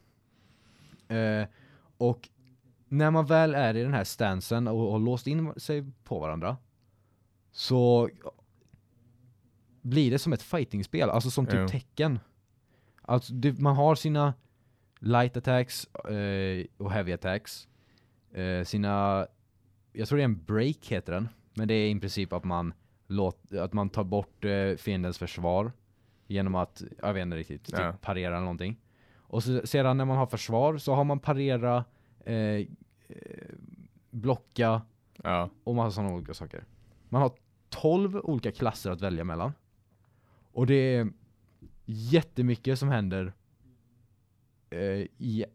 Och när man väl är i den här stansen och har låst in sig på varandra så blir det som ett fightingspel, alltså som typ Tekken. Alltså man har sina light attacks och heavy attacks. Jag tror det är en break heter den, men det är i princip att man tar bort fiendens försvar genom att, jag vet inte riktigt, typ parera eller någonting. Och sedan när man har försvar så har man parera, blocka och massa sådana olika saker. Man har 12 olika klasser att välja mellan. Och det är jättemycket som händer i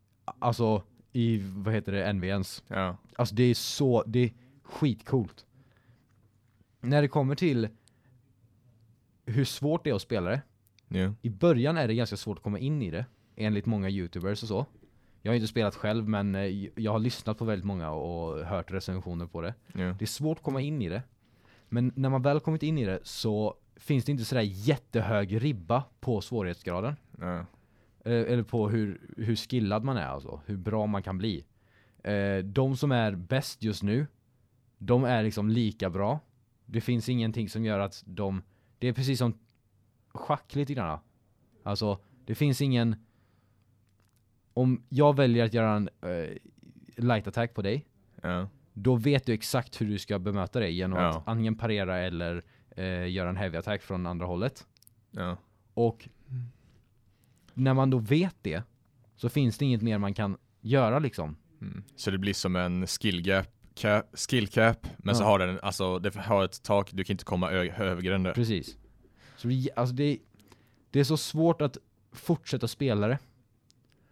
vad heter det, NVNs. Alltså det är skitcoolt. När det kommer till hur svårt det är att spela det. I början är det ganska svårt att komma in i det, enligt många YouTubers och så. Jag har inte spelat själv, men jag har lyssnat på väldigt många och hört recensioner på det. Det är svårt att komma in i det. Men när man väl kommit in i det så finns det inte sådär jättehög ribba på svårighetsgraden. Eller på hur skillad man är, alltså. Hur bra man kan bli. De som är bäst just nu, de är liksom lika bra. Det finns ingenting som gör att det är precis som schack lite grann. Alltså, det finns ingen... Om jag väljer att göra en light attack på dig, då vet du exakt hur du ska bemöta dig genom att antingen parera eller göra en heavy attack från andra hållet. Och när man då vet det så finns det inget mer man kan göra liksom. Så det blir som en skill cap, men så har den, alltså det har ett tak, du kan inte komma högre än det. Precis. Så alltså det är så svårt att fortsätta spela det.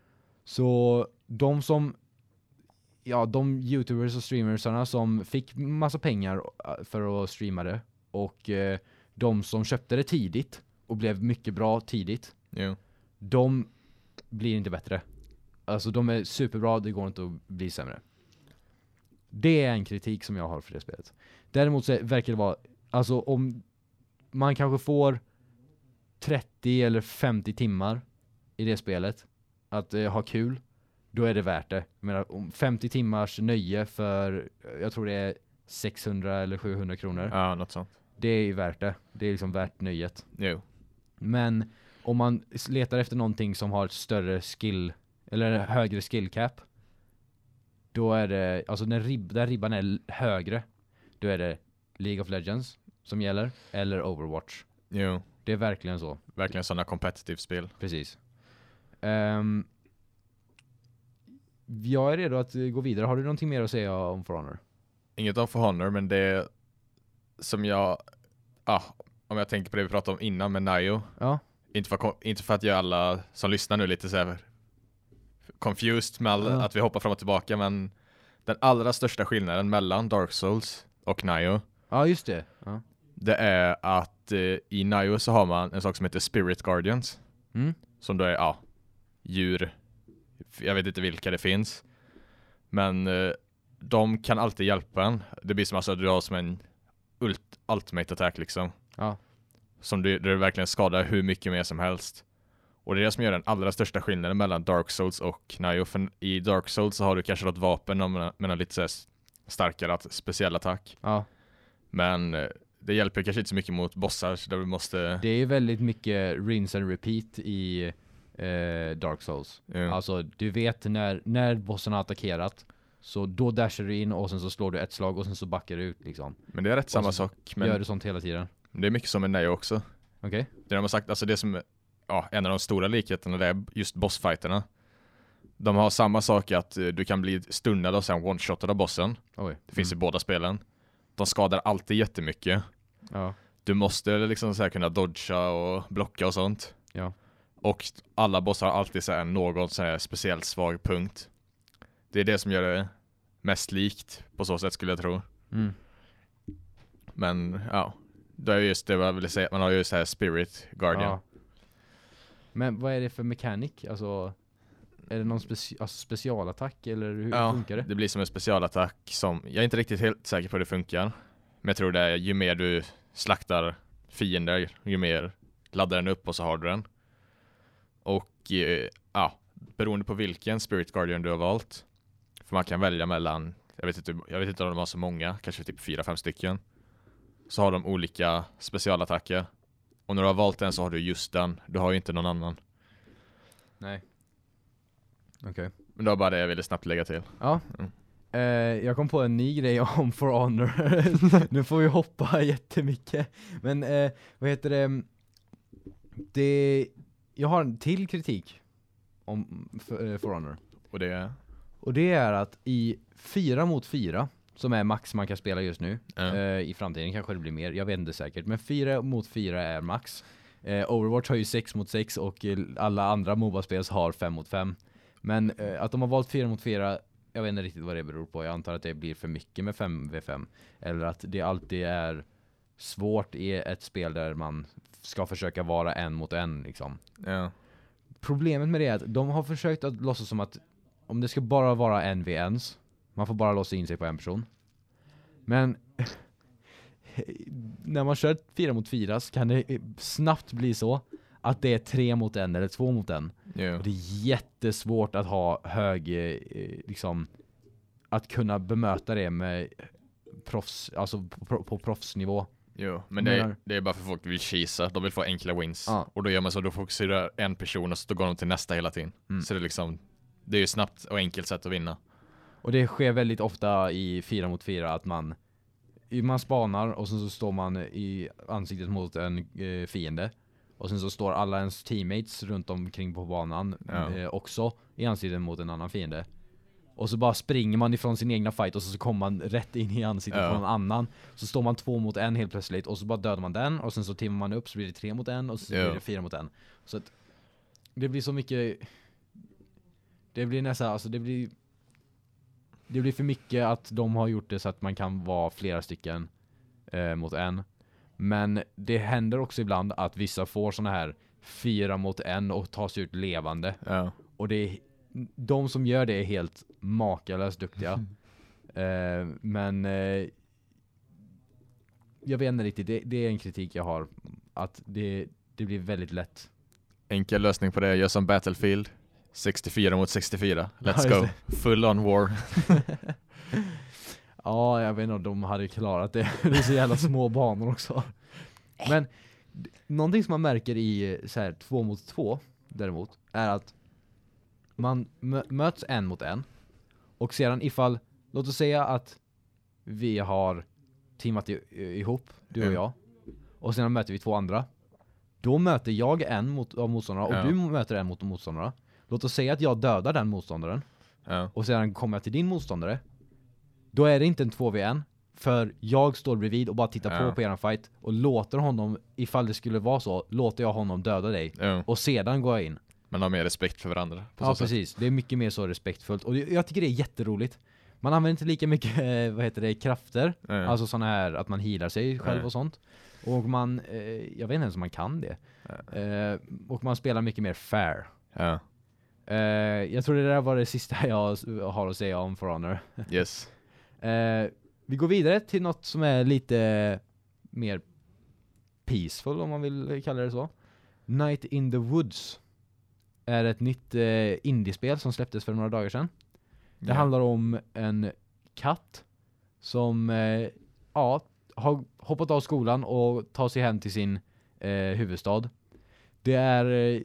Så de YouTubers och streamersarna som fick massa pengar för att streama det och de som köpte det tidigt och blev mycket bra tidigt, de blir inte bättre. Alltså de är superbra, det går inte att bli sämre. Det är en kritik som jag har för det spelet. Däremot så verkar det vara, alltså om man kanske får 30 eller 50 timmar i det spelet att ha kul, då är det värt det. Jag menar, om 50 timmars nöje för, jag tror det är 600 eller 700 kronor. Ja, något sånt. Det är ju värt det. Det är liksom värt nöjet. Jo. Men om man letar efter någonting som har ett större skill, eller högre skill cap, då är det, alltså där ribban är högre, då är det League of Legends som gäller, eller Overwatch. Jo. Det är verkligen så. Verkligen sådana competitive spel. Precis. Jag är redo att gå vidare. Har du någonting mer att säga om For Honor? Inget om For Honor, men det som om jag tänker på det vi pratade om innan med Nio. Ja. Inte för att göra alla som lyssnar nu lite så här confused med att vi hoppar fram och tillbaka, men den allra största skillnaden mellan Dark Souls och Nio. Ja, just det. Ja. Det är att i Nio så har man en sak som heter Spirit Guardians. Som då är djur. Jag vet inte vilka det finns. Men de kan alltid hjälpa en. Det blir som att du har som en ultimate attack liksom. Ja. Som det verkligen skadar hur mycket mer som helst. Och det är det som gör den allra största skillnaden mellan Dark Souls och Nio. För i Dark Souls så har du kanske något vapen med en lite så här starkare speciell attack. Ja. Men det hjälper kanske inte så mycket mot bossar så där du måste... Det är väldigt mycket rinse and repeat i Dark Souls. Alltså du vet när bossen har attackerat, så då dashar du in och sen så slår du ett slag och sen så backar du ut liksom. Men det är rätt samma sak. Men gör du sånt hela tiden? Det är mycket som med Nio också. Okej. Det de har sagt, alltså det som en av de stora likheterna, det är just bossfighterna. De har samma sak att du kan bli stunnad och sen one-shotad av bossen. Oj. Det finns i båda spelen. De skadar alltid jättemycket. Ja. Du måste liksom så här kunna dodga och blocka och sånt. Ja. Och alla bossar har alltid så här någon så här speciellt svag punkt. Det är det som gör det mest likt på så sätt, skulle jag tro. Men det är just det jag ville säga. Man har ju så här Spirit Guardian. Ja. Men vad är det för mekanik? Alltså, är det någon specialattack eller hur funkar det? Det blir som en specialattack som, jag är inte riktigt helt säker på hur det funkar. Men jag tror det är ju mer du slaktar fiender, ju mer laddar den upp och så har du den. Och beroende på vilken Spirit Guardian du har valt. För man kan välja mellan, jag vet inte om de har så många, kanske typ 4-5 stycken. Så har de olika specialattacker. Och när du har valt den så har du just den. Du har ju inte någon annan. Nej. Okej. Men det var bara det jag ville snabbt lägga till. Ja. Jag kom på en ny grej om For Honor. Nu får vi hoppa jättemycket. Men vad heter det? Jag har en till kritik om For Honor. Och det är att i 4 mot 4, som är max man kan spela just nu, i framtiden kanske det blir mer, jag vet inte säkert, men 4 mot 4 är max. Overwatch har ju 6 mot 6 och alla andra MOBA-spel har 5 mot 5. Men att de har valt 4 mot 4, jag vet inte riktigt vad det beror på. Jag antar att det blir för mycket med 5v5. Eller att det alltid är svårt i ett spel där man ska försöka vara 1 mot 1 liksom. Ja. Problemet med det är att de har försökt att låtsas som att om det ska bara vara 1v1, man får bara låsa in sig på en person. Men när man kör 4 mot 4 så kan det snabbt bli så att det är 3 mot 1 eller 2 mot 1. Yeah. Och det är jättesvårt att ha hög liksom, att kunna bemöta det med proffs, alltså på proffsnivå. Jo, men det är bara för folk vill cheesa. De vill få enkla wins. Och då gör man så, då fokuserar en person och så går de till nästa hela tiden. Så det är ju snabbt och enkelt sätt att vinna. Och det sker väldigt ofta i 4 mot 4 att man spanar och sen så står man i ansiktet mot en fiende. Och sen så står alla ens teammates runt omkring på banan också i ansiktet mot en annan fiende. Och så bara springer man ifrån sin egna fight och så kommer man rätt in i ansiktet på någon annan. Så står man 2 mot 1 helt plötsligt och så bara dödar man den. Och sen så timmar man upp så blir det 3 mot 1 och så blir det 4 mot 1. Så att det blir så mycket... Det blir nästan, alltså det blir för mycket att de har gjort det så att man kan vara flera stycken mot en. Men det händer också ibland att vissa får såna här 4 mot 1 och tas ut levande. Ja. Och de som gör det är helt makalöst duktiga. Men jag vet inte riktigt, det är en kritik jag har. Att det blir väldigt lätt. Enkel lösning på det, gör som Battlefield. 64 mot 64. Let's Ja, go. Full on war. Ja, jag vet inte om de hade klarat det. Det är så jävla små banor också. Men någonting som man märker i så här 2 mot 2 däremot är att man möts 1 mot 1 och sedan ifall, låt oss säga att vi har teamat ihop, du och jag, och sedan möter vi 2 andra. Då möter jag en av motståndarna och du möter en mot motståndarna. Låt oss säga att jag dödar den motståndaren och sedan kommer jag till din motståndare. Då är det inte en 2v1, för jag står bredvid och bara tittar på eran fight och låter honom, ifall det skulle vara så, låter jag honom döda dig och sedan går jag in. Man har mer respekt för varandra. Ja, precis. Det är mycket mer så respektfullt. Och jag tycker det är jätteroligt. Man använder inte lika mycket krafter. Alltså såna här, att man healar sig själv och sånt. Och man, jag vet inte ens om man kan det. Och man spelar mycket mer fair. Jag tror det där var det sista jag har att säga om For Honor. Yes. Vi går vidare till något som är lite mer peaceful, om man vill kalla det så. Night in the Woods är ett nytt indiespel som släpptes för några dagar sedan. Det handlar om en katt som har hoppat av skolan och tar sig hem till sin huvudstad. Det är,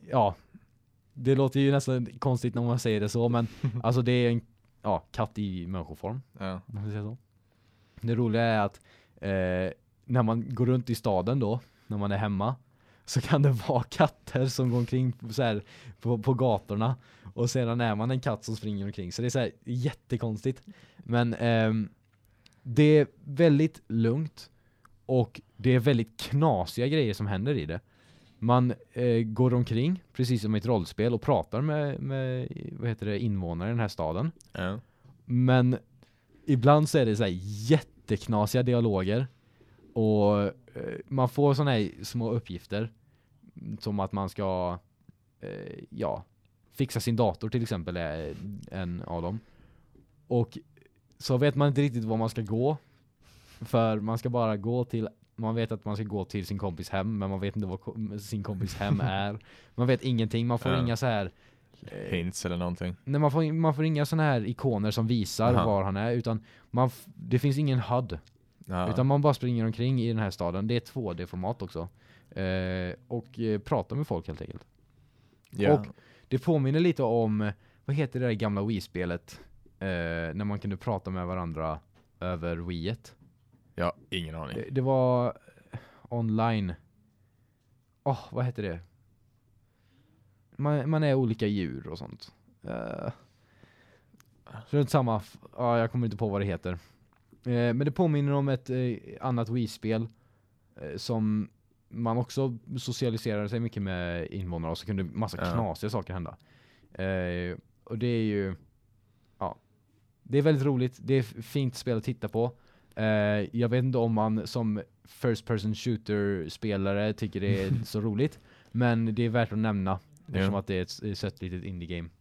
det låter ju nästan konstigt när man säger det så, men alltså det är en katt i människoform. Man ska säga så. Det roliga är att när man går runt i staden då, när man är hemma, så kan det vara katter som går omkring så här på gatorna, och sedan är man en katt som springer omkring. Så det är så här jättekonstigt. Men det är väldigt lugnt och det är väldigt knasiga grejer som händer i det. Man går omkring precis som i ett rollspel och pratar med invånare i den här staden. Men ibland så är det så här jätteknasiga dialoger. Och man får såna här små uppgifter som att man ska fixa sin dator till exempel, är en av dem. Och så vet man inte riktigt var man ska gå, för man ska bara gå till, man vet att man ska gå till sin kompis hem, men man vet inte vad sin kompis hem är. Man vet ingenting, man får inga så här hints eller någonting. Nej, man får inga såna här ikoner som visar var han är, utan det finns ingen HUD. Utan man bara springer omkring i den här staden. Det är 2D-format också. Och pratar med folk helt enkelt. Och det påminner lite om, vad heter det där gamla Wii-spelet? När man kunde prata med varandra över Wii-et. Ja, ingen aning. Det var online. Vad heter det? Man är olika djur och sånt. Så det är samma. Jag kommer inte på vad det heter. Men det påminner om ett annat Wii-spel som man också socialiserade sig mycket med invånare, och så kunde massa knasiga saker hända. Och det är ju det är väldigt roligt. Det är fint spel att titta på. Jag vet inte om man som first person shooter spelare tycker det är så roligt, men det är värt att nämna eftersom att det är ett sött litet indie game.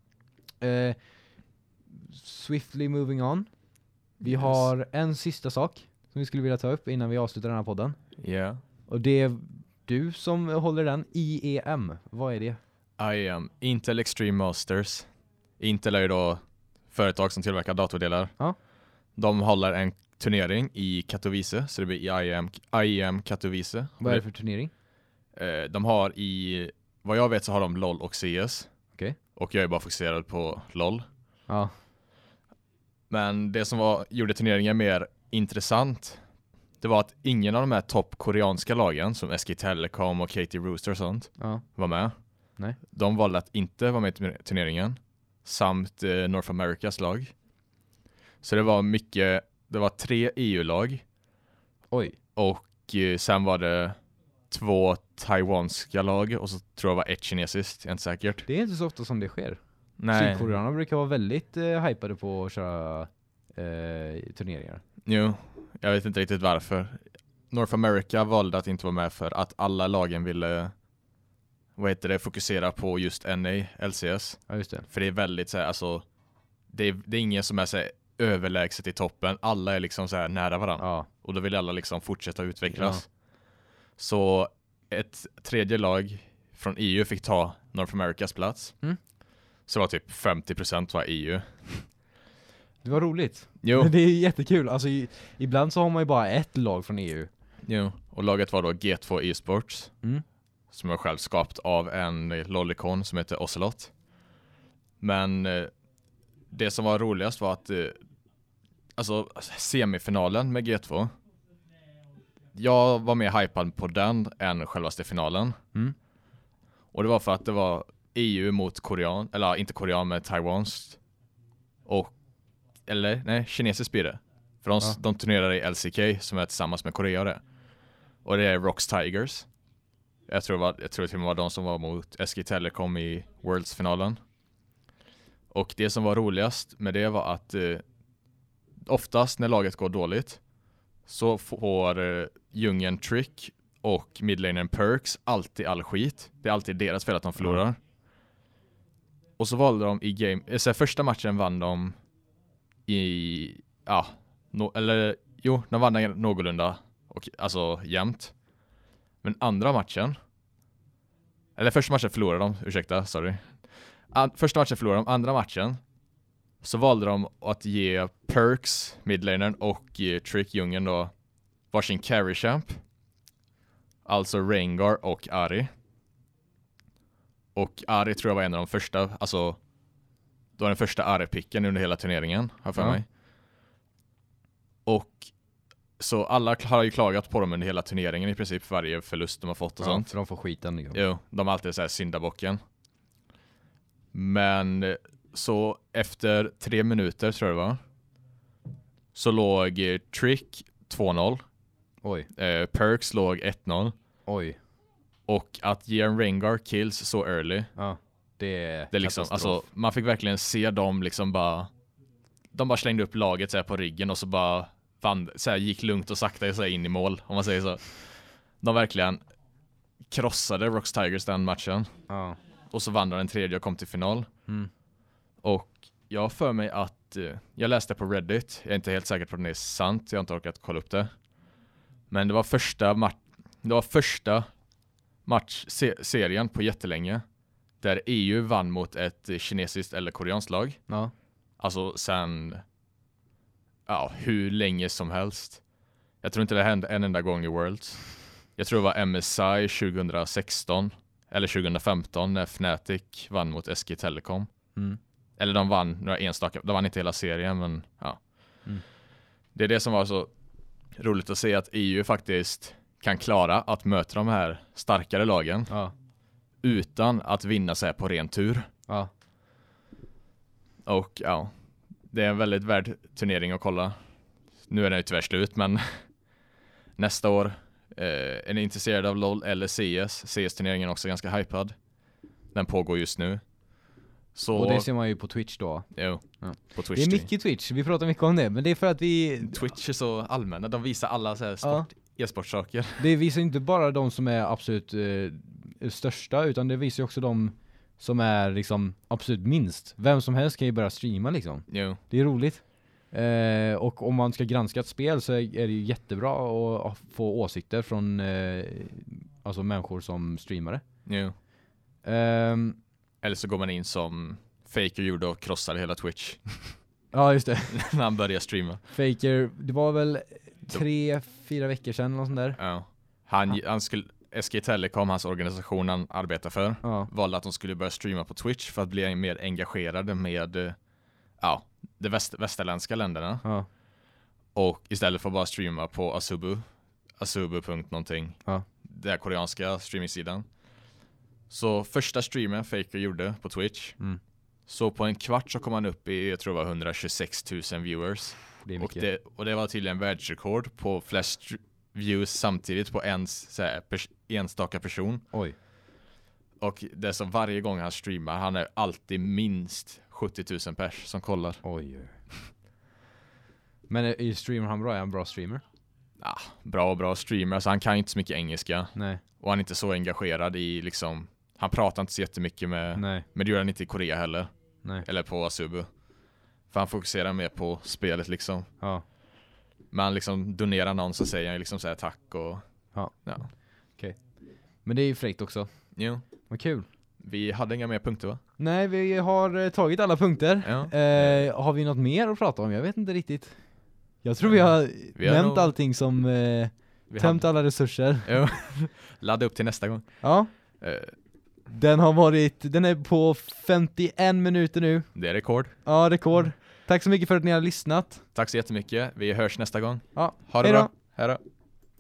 Swiftly moving on. Vi har en sista sak som vi skulle vilja ta upp innan vi avslutar den här podden. Och det är du som håller den. IEM, vad är det? IEM, Intel Extreme Masters. Intel är ju då företag som tillverkar datordelar. De håller en turnering i Katowice, så det blir IEM Katowice. Vad är det för turnering? De har vad jag vet så har de LoL och CS. Okay. Och jag är bara fokuserad på LoL. Ja. Men det som gjorde turneringen mer intressant, det var att ingen av de här topp-koreanska lagen som SK Telecom och KT Rooster och sånt var med. Nej. De valde att inte vara med i turneringen, samt North Americas lag. Så det var 3 EU-lag. Oj. Och sen var det 2 taiwanska lag, och så tror jag var ett kinesiskt, inte säkert. Det är inte så ofta som det sker. Sydkoreanerna brukar vara väldigt hypade på att köra turneringar. Jo, jag vet inte riktigt varför. North America valde att inte vara med för att alla lagen ville fokusera på just NA, LCS. Ja, just det. För det är väldigt så här, alltså det är ingen som är så här överlägset i toppen. Alla är liksom så här nära varandra. Ja. Och då vill alla liksom fortsätta utvecklas. Så ett tredje lag från EU fick ta North Americas plats. Så var typ 50% var EU. Det var roligt. Jo. Det är jättekul. Alltså ibland så har man ju bara ett lag från EU. Jo. Och laget var då G2 Esports. Som var själv skapat av en lollicon som heter Ocelot. Men det som var roligast var att alltså semifinalen med G2. Jag var mer hypad på den än självaste finalen. Och det var för att det var EU mot Korean, eller inte Korean med Taiwans och kinesisk blir det. För de turnerar i LCK som är tillsammans med Korea det. Och det är Rox Tigers. Jag tror till och med var de som var mot SK Telecom i Worlds-finalen. Och det som var roligast med det var att oftast när laget går dåligt så får Jungen Trick och midlanern Perks alltid all skit. Det är alltid deras fel att de förlorar. Och så valde de i första matchen vann de de vann någorlunda och alltså jämnt. Men andra matchen första matchen förlorade de, första matchen förlorade de, andra matchen så valde de att ge Perks, midlanern och Trick Jungen då varsin carry champ. Alltså Rengar och Ari. Och Ari tror jag var en av de första, alltså då var den första Ari-picken under hela turneringen, har för mig. Och så alla har ju klagat på dem under hela turneringen i princip, varje förlust de har fått och sånt. För de får skiten liksom. Jo, de har alltid så här syndabocken. Men så efter 3 minuter tror jag det var, så låg Trick 2-0. Oj. Perks låg 1-0. Oj. Och att ge en Rengar kills så early. Ja, det är liksom, alltså, man fick verkligen se dem liksom de bara slängde upp laget så här på ryggen och så bara så här, gick lugnt och sakta så här, in i mål, om man säger så. De verkligen krossade Rox Tigers den matchen. Ja. Och så vann de den tredje och kom till final. Och jag har för mig att jag läste på Reddit. Jag är inte helt säker på att det är sant. Jag har inte orkat kolla upp det. Men det var första serien på jättelänge där EU vann mot ett kinesiskt eller koreanskt lag. Ja. Alltså sen hur länge som helst. Jag tror inte det hände en enda gång i Worlds. Jag tror det var MSI 2016 eller 2015 när Fnatic vann mot SK Telecom. Eller de vann några enstaka, de vann inte hela serien, men ja. Det är det som var så roligt att se, att EU faktiskt kan klara att möta de här starkare lagen utan att vinna sig på ren tur. Ja. Och det är en väldigt värd turnering att kolla. Nu är den ju tyvärr slut, men nästa år är ni intresserade av LoL eller CS-turneringen är också ganska hypad. Den pågår just nu. Så, och det ser man ju på Twitch då. Jo, på Twitch. Det är mycket Twitch, vi pratar mycket om det, men det är för att Twitch är så allmänna, de visar alla så här e-sportsaker. Det visar inte bara de som är absolut största, utan det visar också de som är liksom absolut minst. Vem som helst kan ju börja streama liksom. Jo. Det är roligt. Och om man ska granska ett spel så är det ju jättebra att få åsikter från alltså människor som streamare. Jo. Eller så går man in som Faker gjorde och krossade hela Twitch. Ja, just det. När han började streama. Faker, det var väl 3-4 veckor sedan eller sånt där. Ja. Han skulle, SK Telecom, hans organisation han arbetar för, valde att de skulle börja streama på Twitch för att bli mer engagerade med de västerländska länderna. Ja. Och istället för att bara streama på Azubu.någonting. Ja. Det är koreanska streamingsidan. Så första streamen Faker gjorde på Twitch. Så på en kvart så kom han upp i, jag tror det var 126 000 viewers. Det är mycket. Och det var tydligen världsrekord på flest views samtidigt på en enstaka person. Oj. Och det är så varje gång han streamar, han är alltid minst 70 000 pers som kollar. Oj. Men är streamer han bra? Är han bra streamer? Ja, bra streamer. Alltså han kan ju inte så mycket engelska. Nej. Och han är inte så engagerad i liksom... Han pratar inte så jättemycket med... Nej. Men det gör han inte i Korea heller. Nej. Eller på Azubu. För han fokuserar mer på spelet liksom. Ja. Men han liksom donerar någon så säger han liksom så här tack och... Ja. Ja. Okej. Men det är ju fräckt också. Jo. Vad kul. Vi hade inga mer punkter, va? Nej, vi har tagit alla punkter. Ja. Har vi något mer att prata om? Jag vet inte riktigt. Jag tror vi har nämnt nog... allting som tömt alla resurser. Jo. Ladda upp till nästa gång. Ja. Den är på 51 minuter nu. Det är rekord. Ja, rekord. Tack så mycket för att ni har lyssnat. Tack så jättemycket. Vi hörs nästa gång. Ja. Ha det Hejdå. bra. Hej då.